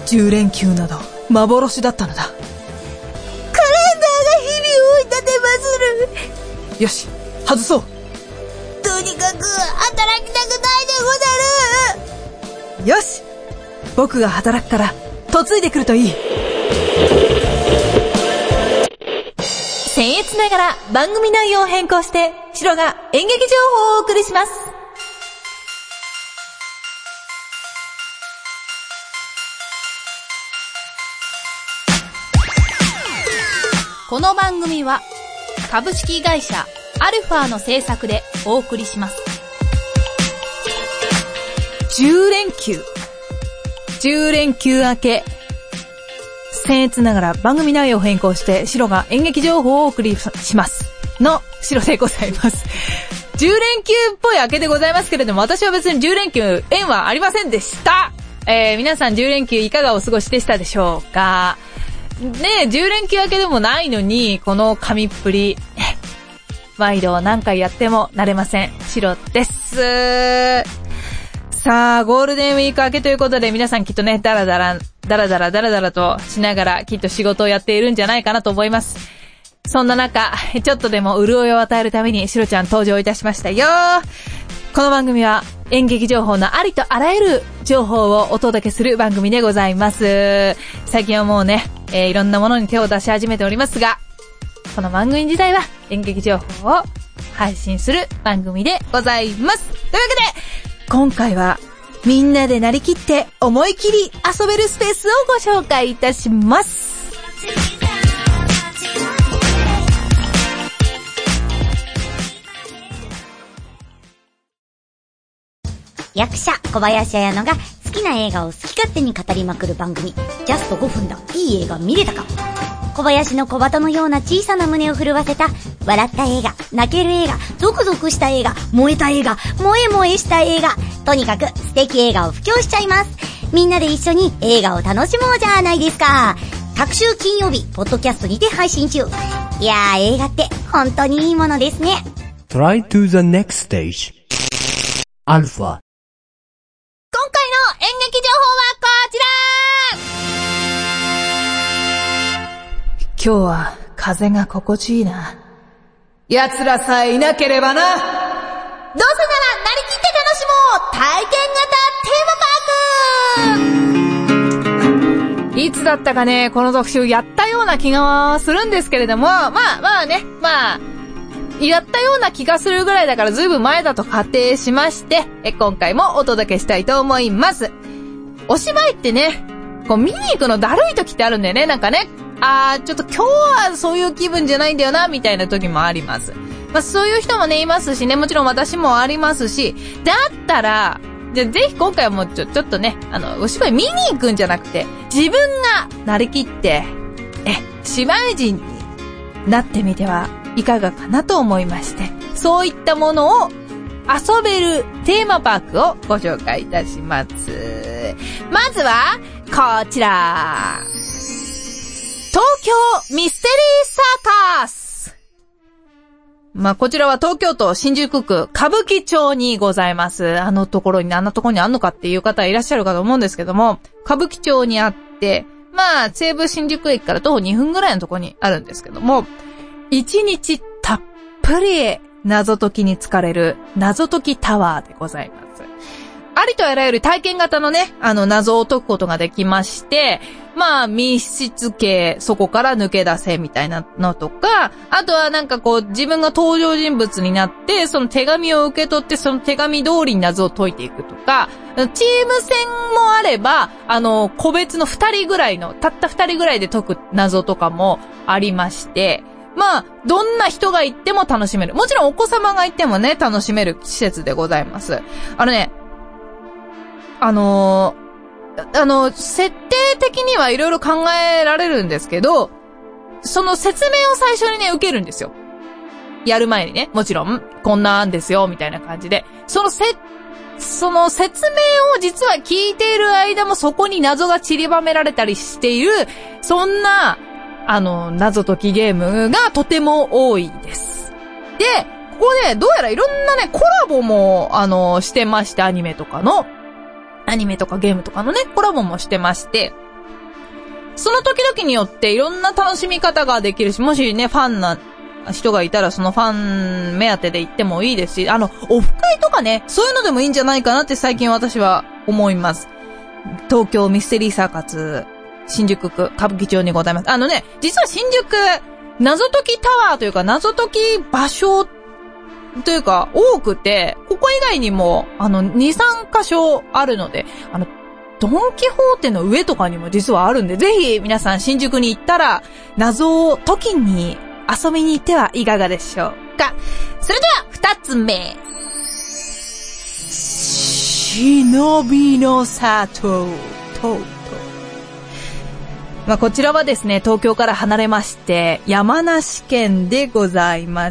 10連休など幻だったのだ。カレンダーが日々を追い立てまする。 よし、外そう。 とにかく働きたくないでござる。 よし、僕が働くから嫁いでくるといい。 僭越ながら番組内容を変更してシロが演劇情報をお送りします。この番組は株式会社アルファの制作でお送りします。 10連休明け、僭越ながら番組内容を変更してシロが演劇情報をお送りしますのシロでございます。10連休っぽい明けでございますけれども、私は別に10連休縁はありませんでした。皆さん10連休いかがお過ごしでしたでしょうか。ねえ、10連休明けでもないのにこの噛みっぷり、毎度何回やっても慣れません。シロです。さあ、ゴールデンウィーク明けということで皆さんきっとね、ダラダラとしながらきっと仕事をやっているんじゃないかなと思います。そんな中、ちょっとでも潤いを与えるためにシロちゃん登場いたしましたよ。この番組は演劇情報のありとあらゆる情報をお届けする番組でございます。最近はもうね、いろんなものに手を出し始めておりますが、この番組自体は演劇情報を配信する番組でございます。というわけで、今回はみんなでなりきって思い切り遊べるスペースをご紹介いたします。 役者小林彩乃が好きな映画を好き勝手に語りまくる番組、ジャスト5分だ、いい映画見れたか。小林の小鳩のような小さな胸を震わせた笑った映画、泣ける映画、ゾクゾクした映画、燃えた映画、萌え萌えした映画、とにかく素敵映画を布教しちゃいます。みんなで一緒に映画を楽しもうじゃないですか。各週金曜日ポッドキャストにて配信中。いやー、映画って本当にいいものですね。 Try to the next stage アルファ。 今回の演劇情報はこちら。 今日は風が心地いいな。奴らさえいなければな。 どうせならなりきって楽しもう、体験型テーマパーク。 いつだったかね、この特集やったような気がするんですけれども、まあやったような気がするぐらいだからずいぶん前だと仮定しまして、今回もお届けしたいと思います。お芝居ってね、こう見に行くのだるい時ってあるんだよね。なんかね、ちょっと今日はそういう気分じゃないんだよなみたいな時もあります。そういう人もねいますしね、もちろん私もありますし、だったらじゃぜひ今回はもうちょっとね、お芝居見に行くんじゃなくて、自分がなりきって芝居人になってみてはいかがかなと思いまして、そういったものを遊べるテーマパークをご紹介いたします。まずはこちら、東京ミステリーサーカス。こちらは東京都新宿区歌舞伎町にございます。あんなところにあんのかっていう方いらっしゃるかと思うんですけども、歌舞伎町にあって、西武新宿駅から徒歩2分ぐらいのところにあるんですけども、1日たっぷり謎解きに疲れる謎解きタワーでございます。ありとあらゆる体験型のね、謎を解くことができまして、密室系、そこから抜け出せみたいなのとか、あとはなんかこう自分が登場人物になって、その手紙を受け取ってその手紙通りに謎を解いていくとか、チーム戦もあれば、個別の2人ぐらいの、たった2人ぐらいで解く謎とかもありまして、どんな人が行っても楽しめる。もちろんお子様が行ってもね、楽しめる施設でございます。設定的にはいろいろ考えられるんですけど、その説明を最初にね、受けるんですよ。やる前にね、もちろん、こんなんですよ、みたいな感じで。その説明を実は聞いている間もそこに謎が散りばめられたりしている、そんな、謎解きゲームがとても多いです。で、ここで、どうやらいろんなね、コラボも、してまして、アニメとかゲームとかのね、コラボもしてまして、 その時々によっていろんな楽しみ方ができるし、もしね、ファンな人がいたらそのファン目当てで行ってもいいですし、オフ会とかね、そういうのでもいいんじゃないかなって最近私は思います。東京ミステリーサーカス、新宿区歌舞伎町にございます。実は新宿、謎解きタワーというか謎解き場所というか多くて、ここ以外にも2、3箇所あるので、ドンキホーテの上とかにも実はあるんで、ぜひ皆さん新宿に行ったら謎を解きに遊びに行ってはいかがでしょうか。それでは2つ目。忍びの里と。こちらはですね、東京から離れまして山梨県でございます。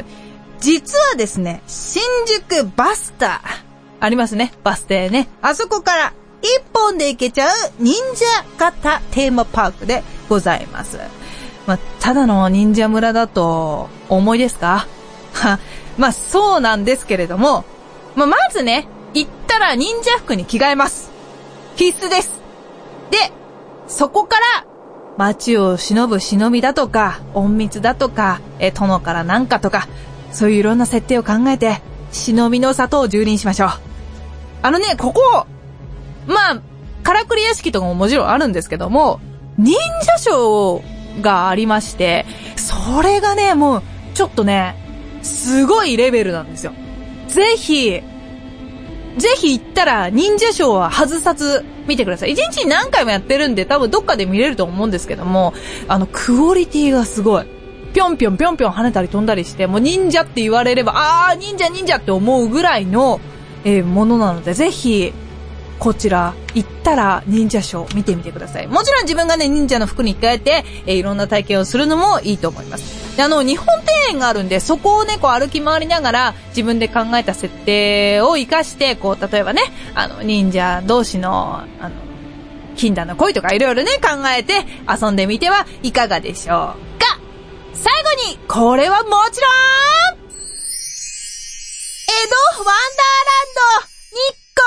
実はですね、新宿バスタありますね、バス停ね。あそこから一本で行けちゃう忍者型テーマパークでございます。ただの忍者村だとお思いですか？そうなんですけれども、まずね、行ったら忍者服に着替えます。必須です。で、そこから街を忍ぶ忍びだとか、隠密だとか、殿からなんかとか、そういういろんな設定を考えて、忍びの里を蹂躙しましょう。ここ、からくり屋敷とかももちろんあるんですけども、忍者ショーがありまして、それがね、もう、ちょっとね、すごいレベルなんですよ。ぜひ行ったら忍者ショーは外さず見てください。一日に何回もやってるんで多分どっかで見れると思うんですけども、クオリティがすごい。ぴょんぴょん跳ねたり飛んだりして、もう忍者って言われれば、忍者って思うぐらいの、ものなので、ぜひ、こちら、行ったら忍者ショー見てみてください。もちろん自分がね、忍者の服に変えて、いろんな体験をするのもいいと思います。で、日本庭園があるんで、そこをね、歩き回りながら、自分で考えた設定を活かして、例えばね、忍者同士の、禁断の恋とかいろいろね、考えて遊んでみてはいかがでしょうか。最後に、これはもちろん、江戸ワンダーランド、日光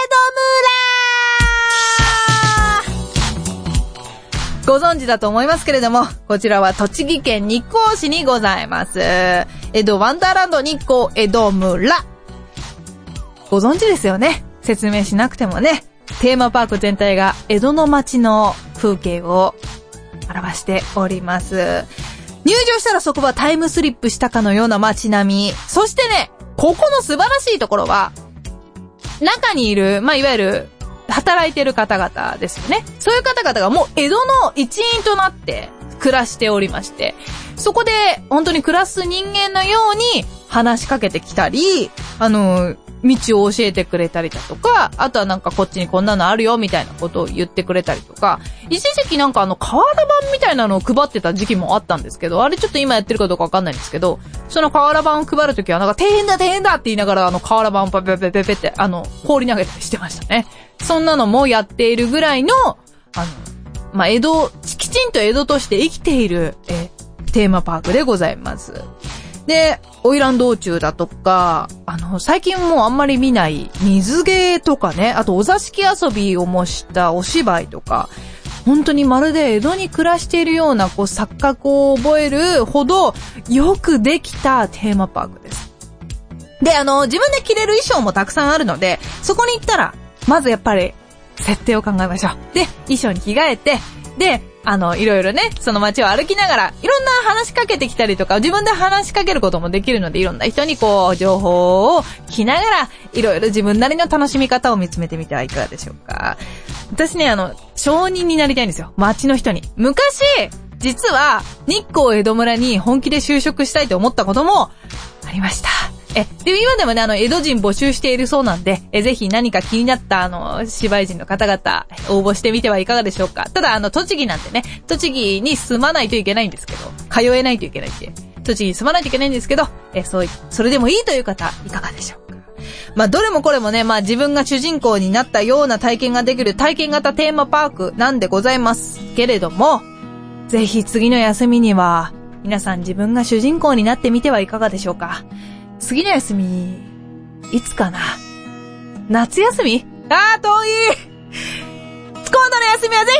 江戸村、ご存知だと思いますけれども、こちらは栃木県日光市にございます。江戸ワンダーランド日光江戸村。ご存知ですよね。説明しなくてもね。テーマパーク全体が江戸の街の風景を表しております。入場したらそこはタイムスリップしたかのような街並み。そしてね、ここの素晴らしいところは、中にいる、いわゆる、働いてる方々ですよね。そういう方々がもう江戸の一員となって暮らしておりまして、そこで本当に暮らす人間のように話しかけてきたり、道を教えてくれたりだとか、あとはこっちにこんなのあるよみたいなことを言ってくれたりとか、一時期瓦版みたいなのを配ってた時期もあったんですけど、あれちょっと今やってるかどうかわかんないんですけど、その瓦版を配るときは大変だって言いながら瓦版をペペって放り投げたりしてましたね。そんなのもやっているぐらいの、江戸、きちんと江戸として生きている、テーマパークでございます。で、花魁道中だとか、最近もうあんまり見ない水芸とかね、あとお座敷遊びを模したお芝居とか、本当にまるで江戸に暮らしているような錯覚を覚えるほどよくできたテーマパークです。で、自分で着れる衣装もたくさんあるので、そこに行ったら、まずやっぱり設定を考えましょう。で、衣装に着替えて、で、いろいろね、その街を歩きながら、いろんな話しかけてきたりとか、自分で話しかけることもできるので、いろんな人に情報を聞きながら、いろいろ自分なりの楽しみ方を見つめてみてはいかがでしょうか。私ね、商人になりたいんですよ。街の人に。昔、実は、日光江戸村に本気で就職したいと思ったこともありました。で、今でもね、江戸人募集しているそうなんで、ぜひ何か気になった芝居人の方々、応募してみてはいかがでしょうか。ただ、栃木なんでね、栃木に住まないといけないんですけど、通えないといけないんで、栃木に住まないといけないんですけど、それでもいいという方、いかがでしょうか。どれもこれもね、自分が主人公になったような体験ができる体験型テーマパークなんでございますけれども、ぜひ次の休みには、皆さん自分が主人公になってみてはいかがでしょうか。次の休み、いつかな？夏休み？遠い！今度の休みはぜひ、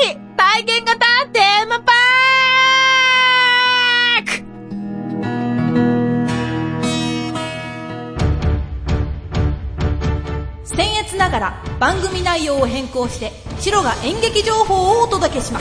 体験型テーマパーク。 僭越ながら番組内容を変更してシロが演劇情報をお届けします。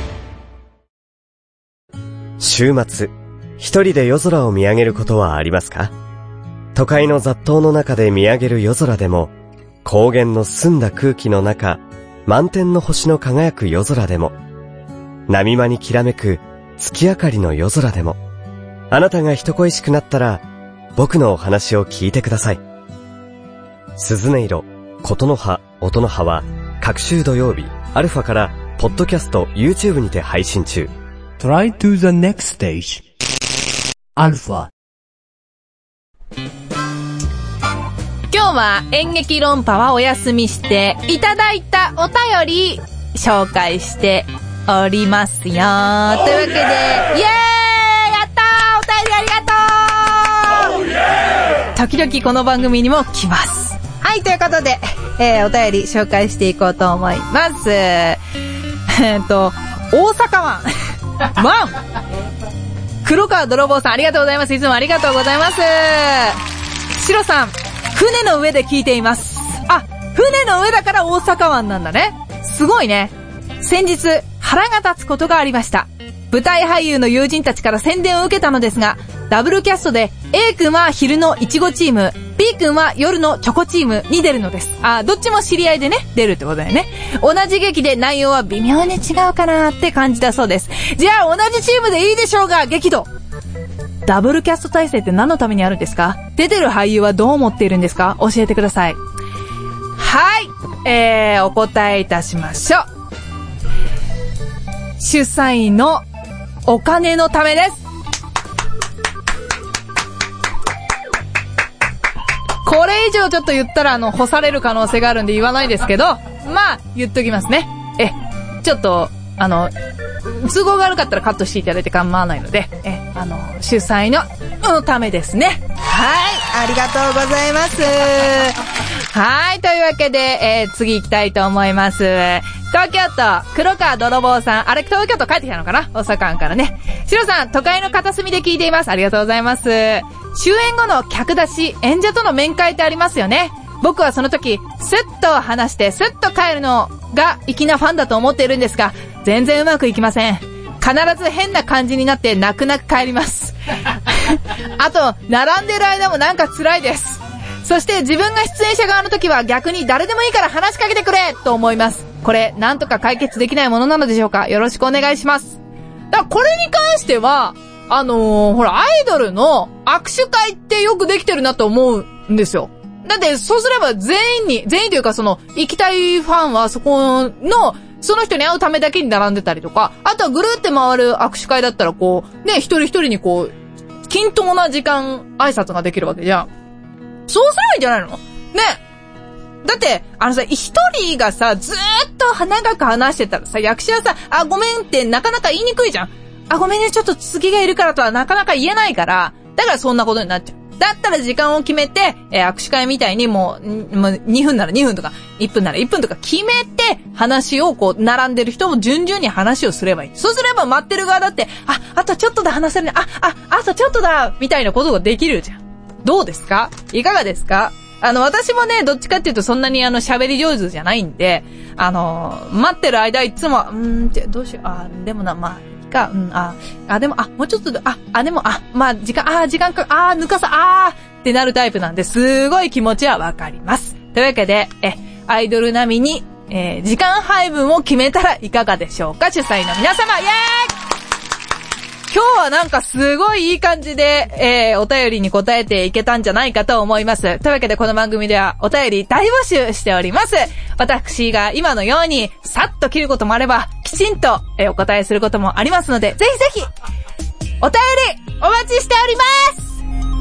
週末、一人で夜空を見上げることはありますか？都会の雑踏の中で見上げる夜空でも、高原の澄んだ空気の中、満天の星の輝く夜空でも、波間にきらめく月明かりの夜空でも、あなたが人恋しくなったら、僕のお話を聞いてください。鈴音色、琴の葉、音の葉は、各週土曜日、アルファから、ポッドキャスト、YouTube にて配信中。 Try to the next stage. アルファ。 今日は演劇論破はお休みして、いただいたお便り、紹介しておりますよ。というわけで、イエーイ、やったー、お便りありがとう。時々この番組にも来ます。はい、ということで、お便り紹介していこうと思います。大阪湾ワン黒川泥棒さん、ありがとうございます。いつもありがとうございます。シロさん、船の上で聞いています。あ、船の上だから大阪湾なんだね。すごいね。先日腹が立つことがありました。舞台俳優の友人たちから宣伝を受けたのですが、ダブルキャストで A 君は昼のいちごチーム、B 君は夜のチョコチームに出るのです。あ、どっちも知り合いでね、出るってことだよね。同じ劇で内容は微妙に違うかなって感じだそうです。じゃあ同じチームでいいでしょうが、激怒。ダブルキャスト体制って何のためにあるんですか？出てる俳優はどう思っているんですか？教えてください。はい、お答えいたしましょう。主催のお金のためです。これ以上ちょっと言ったら干される可能性があるんで言わないですけど、まあ言っときますね。ちょっと都合が悪かったらカットしていただいて構わないので、主催のためですね。はい、ありがとうございます。はい、というわけで、次行きたいと思います。東京都黒川泥棒さん、あれ東京都帰ってきたのかな、大阪湾からね。シロさん、都会の片隅で聞いています。ありがとうございます。終演後の客出し、演者との面会ってありますよね。僕はその時スッと話してスッと帰るのが粋なファンだと思っているんですが、全然うまくいきません。必ず変な感じになって泣く泣く帰ります。あと並んでる間もなんか辛いです。そして自分が出演者側の時は逆に誰でもいいから話しかけてくれと思います。これなんとか解決できないものなのでしょうか。よろしくお願いします。だからこれに関してはほらアイドルの握手会ってよくできてるなと思うんですよ。だってそうすれば全員というか行きたいファンはその人に会うためだけに並んでたりとか、あとはぐるって回る握手会だったら一人一人に均等な時間挨拶ができるわけじゃん。そうすればいいんじゃないの？ね。だって一人がさ、ずーっと長く話してたらさ、役者はさ、あ、ごめんってなかなか言いにくいじゃん。あ、ごめんね、ちょっと次がいるからとはなかなか言えないから、だからそんなことになっちゃう。だったら時間を決めて、握手会みたいにもう2分なら2分とか、1分なら1分とか決めて、話を並んでる人も順々に話をすればいい。そうすれば待ってる側だって、あとちょっとで話せるね、あとちょっとだ、みたいなことができるじゃん。どうですか？いかがですか？私もね、どっちかっていうとそんなに喋り上手じゃないんで、待ってる間いつも、どうしよう、でもな、まあ、でも、もうちょっと、でも、まあ、時間か、抜かさ、ってなるタイプなんで、すごい気持ちはわかります。というわけで、アイドル並みに、時間配分を決めたらいかがでしょうか、主催の皆様、イエーイ！今日はなんかすごいいい感じで、お便りに答えていけたんじゃないかと思います。というわけでこの番組ではお便り大募集しております。私が今のようにさっと切ることもあれば、きちんとお答えすることもありますので、ぜひぜひお便りお待ちしております。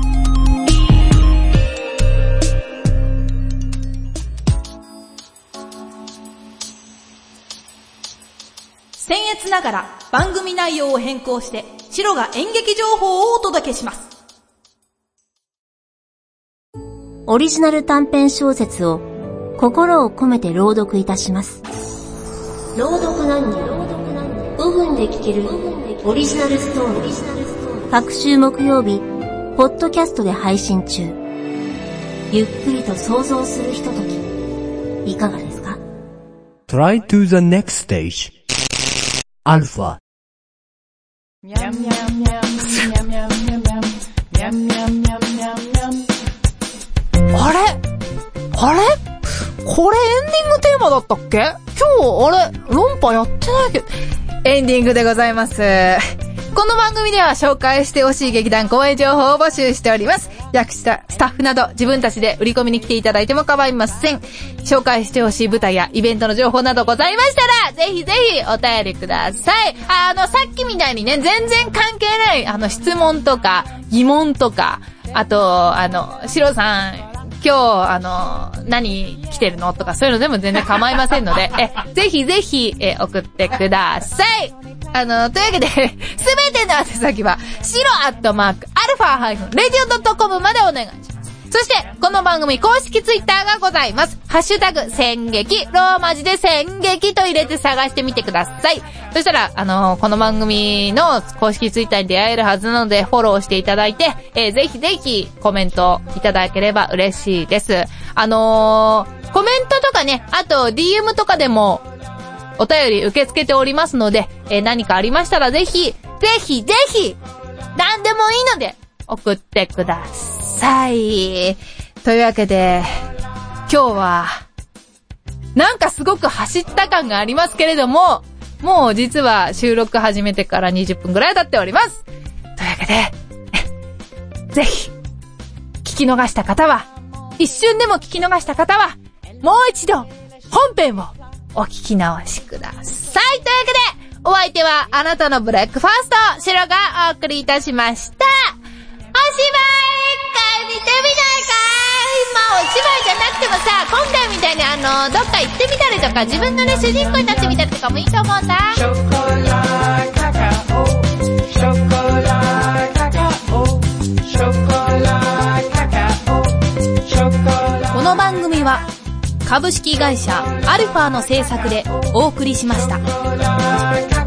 僭越ながら番組内容を変更してシロが演劇情報をお届けします。 オリジナル短編小説を心を込めて朗読いたします。 朗読何人5分で聞けるオリジナルストーリー。各週木曜日ポッドキャストで配信中。ゆっくりと想像するひととき、いかがですか？ Try to the next stage. Alpha. あれこれエンディングテーマだったっけ？今日、論破やってないけど。エンディングでございます。この番組では紹介してほしい劇団公演情報を募集しております。役者、スタッフなど自分たちで売り込みに来ていただいても構いません。紹介してほしい舞台やイベントの情報などございましたら、ぜひぜひお便りください。さっきみたいにね、全然関係ない質問とか疑問とか、あとシロさん今日何着てるのとかそういうのでも全然構いませんので、ぜひぜひ送ってください。というわけで、すべての宛先は、shiro@alpha-radio.com までお願いします。そして、この番組公式ツイッターがございます。ハッシュタグ、戦劇、ローマ字で戦劇と入れて探してみてください。そしたら、この番組の公式ツイッターに出会えるはずなので、フォローしていただいて、ぜひぜひコメントいただければ嬉しいです。コメントとかね、あと DM とかでも、お便り受け付けておりますので、何かありましたらぜひ、何でもいいので、送ってください。というわけで、今日は、なんかすごく走った感がありますけれども、もう実は収録始めてから20分ぐらい経っております。というわけで、ぜひ、聞き逃した方は、一瞬でも聞き逃した方は、もう一度、本編をお聞き直しください。というわけで、お相手はあなたのブレックファースト、シロがお送りいたしました。お芝居見てみないかい？まあお芝居じゃなくてもさ、今回みたいにどっか行ってみたりとか、自分のね、主人公になってみたりとかもいいと思うんだ。ショコラカカオ、ショコラカカオ、ショコラカカオ、ショコラ。 この番組は株式会社アルファの制作でお送りしました。